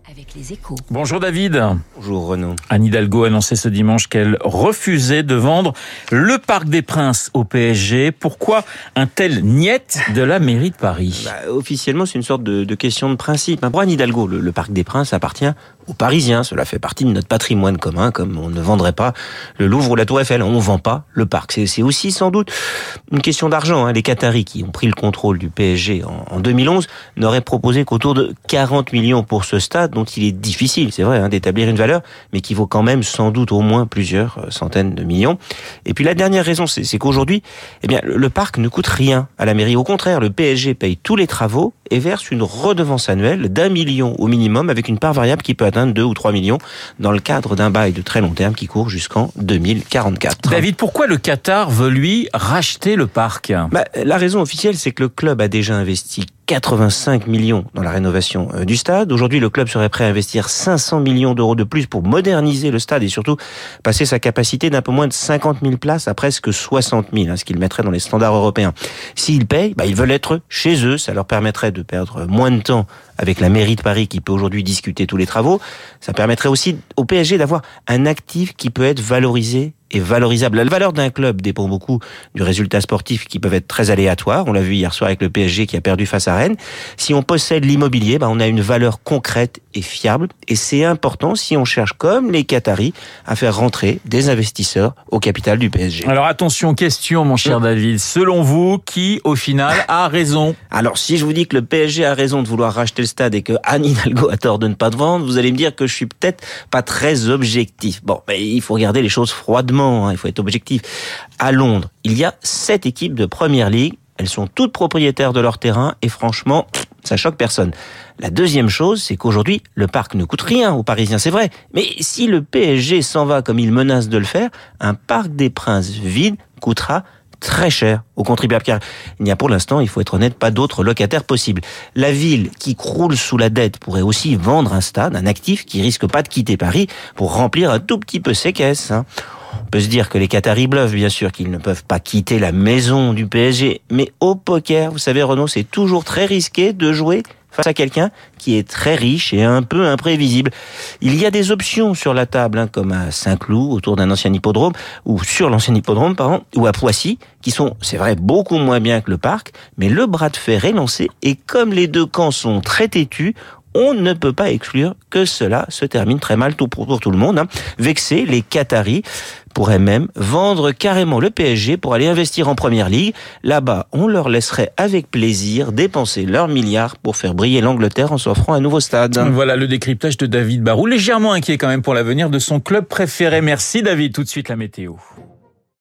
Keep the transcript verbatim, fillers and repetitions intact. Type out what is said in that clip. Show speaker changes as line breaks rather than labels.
Avec les Échos.
Bonjour David.
Bonjour Renaud.
Anne Hidalgo a annoncé ce dimanche qu'elle refusait de vendre le Parc des Princes au P S G. Pourquoi un tel niet de la mairie de Paris ?
Bah, officiellement, c'est une sorte de, de question de principe. Pour Anne Hidalgo, le, le Parc des Princes appartient aux Parisiens. Cela fait partie de notre patrimoine commun, comme on ne vendrait pas le Louvre ou la Tour Eiffel. On ne vend pas le parc. C'est, c'est aussi sans doute une question d'argent. Hein. Les Qataris qui ont pris le contrôle du P S G en, en deux mille onze n'auraient proposé qu'autour de quarante millions pour ce stade, dont il est difficile, c'est vrai, hein, d'établir une valeur, mais qui vaut quand même sans doute au moins plusieurs centaines de millions. Et puis la dernière raison, c'est, c'est qu'aujourd'hui, eh bien, le, le parc ne coûte rien à la mairie. Au contraire, le P S G paye tous les travaux et verse une redevance annuelle d'un million au minimum, avec une part variable qui peut atteindre deux ou trois millions dans le cadre d'un bail de très long terme qui court jusqu'en deux mille quarante-quatre.
David, pourquoi le Qatar veut lui racheter le parc ?
Bah, la raison officielle, c'est que le club a déjà investi quatre-vingt-cinq millions dans la rénovation du stade. Aujourd'hui, le club serait prêt à investir cinq cents millions d'euros de plus pour moderniser le stade et surtout passer sa capacité d'un peu moins de cinquante mille places à presque soixante mille, hein, ce qui le mettrait dans les standards européens. S'ils payent, bah, ils veulent être chez eux. Ça leur permettrait de perdre moins de temps avec la mairie de Paris qui peut aujourd'hui discuter tous les travaux. Ça permettrait aussi au P S G d'avoir un actif qui peut être valorisé et valorisable. La valeur d'un club dépend beaucoup du résultat sportif qui peuvent être très aléatoires. On l'a vu hier soir avec le P S G qui a perdu face à Rennes. Si on possède l'immobilier, bah on a une valeur concrète et fiable. Et c'est important si on cherche, comme les Qataris, à faire rentrer des investisseurs au capital du P S G.
Alors attention, question mon cher David. Selon vous, qui au final a raison ?
Alors si je vous dis que le P S G a raison de vouloir racheter le stade et que Anne Hidalgo a tort de ne pas te vendre, vous allez me dire que je suis peut-être pas très objectif. Bon, mais il faut regarder les choses froidement. Il faut être objectif. À Londres, il y a sept équipes de Première Ligue. Elles sont toutes propriétaires de leur terrain et franchement, ça choque personne. La deuxième chose, c'est qu'aujourd'hui, le parc ne coûte rien aux Parisiens, c'est vrai. Mais si le P S G s'en va comme il menace de le faire, un Parc des Princes vide coûtera très cher aux contribuables, car il n'y a pour l'instant, il faut être honnête, pas d'autres locataires possibles. La ville qui croule sous la dette pourrait aussi vendre un stade, un actif qui risque pas de quitter Paris pour remplir un tout petit peu ses caisses. Hein. On peut se dire que les Qataris bluffent, bien sûr, qu'ils ne peuvent pas quitter la maison du P S G. Mais au poker, vous savez, Renaud, c'est toujours très risqué de jouer face à quelqu'un qui est très riche et un peu imprévisible. Il y a des options sur la table, hein, comme à Saint-Cloud, autour d'un ancien hippodrome, ou sur l'ancien hippodrome, pardon, ou à Poissy, qui sont, c'est vrai, beaucoup moins bien que le parc, mais le bras de fer est lancé, et comme les deux camps sont très têtus, on ne peut pas exclure que cela se termine très mal tout pour, pour tout le monde. Hein. Vexés, les Qataris pourraient même vendre carrément le P S G pour aller investir en Première Ligue. Là-bas, on leur laisserait avec plaisir dépenser leurs milliards pour faire briller l'Angleterre en s'offrant un nouveau stade.
Voilà le décryptage de David Barou, légèrement inquiet quand même pour l'avenir de son club préféré. Merci David, tout de suite la météo.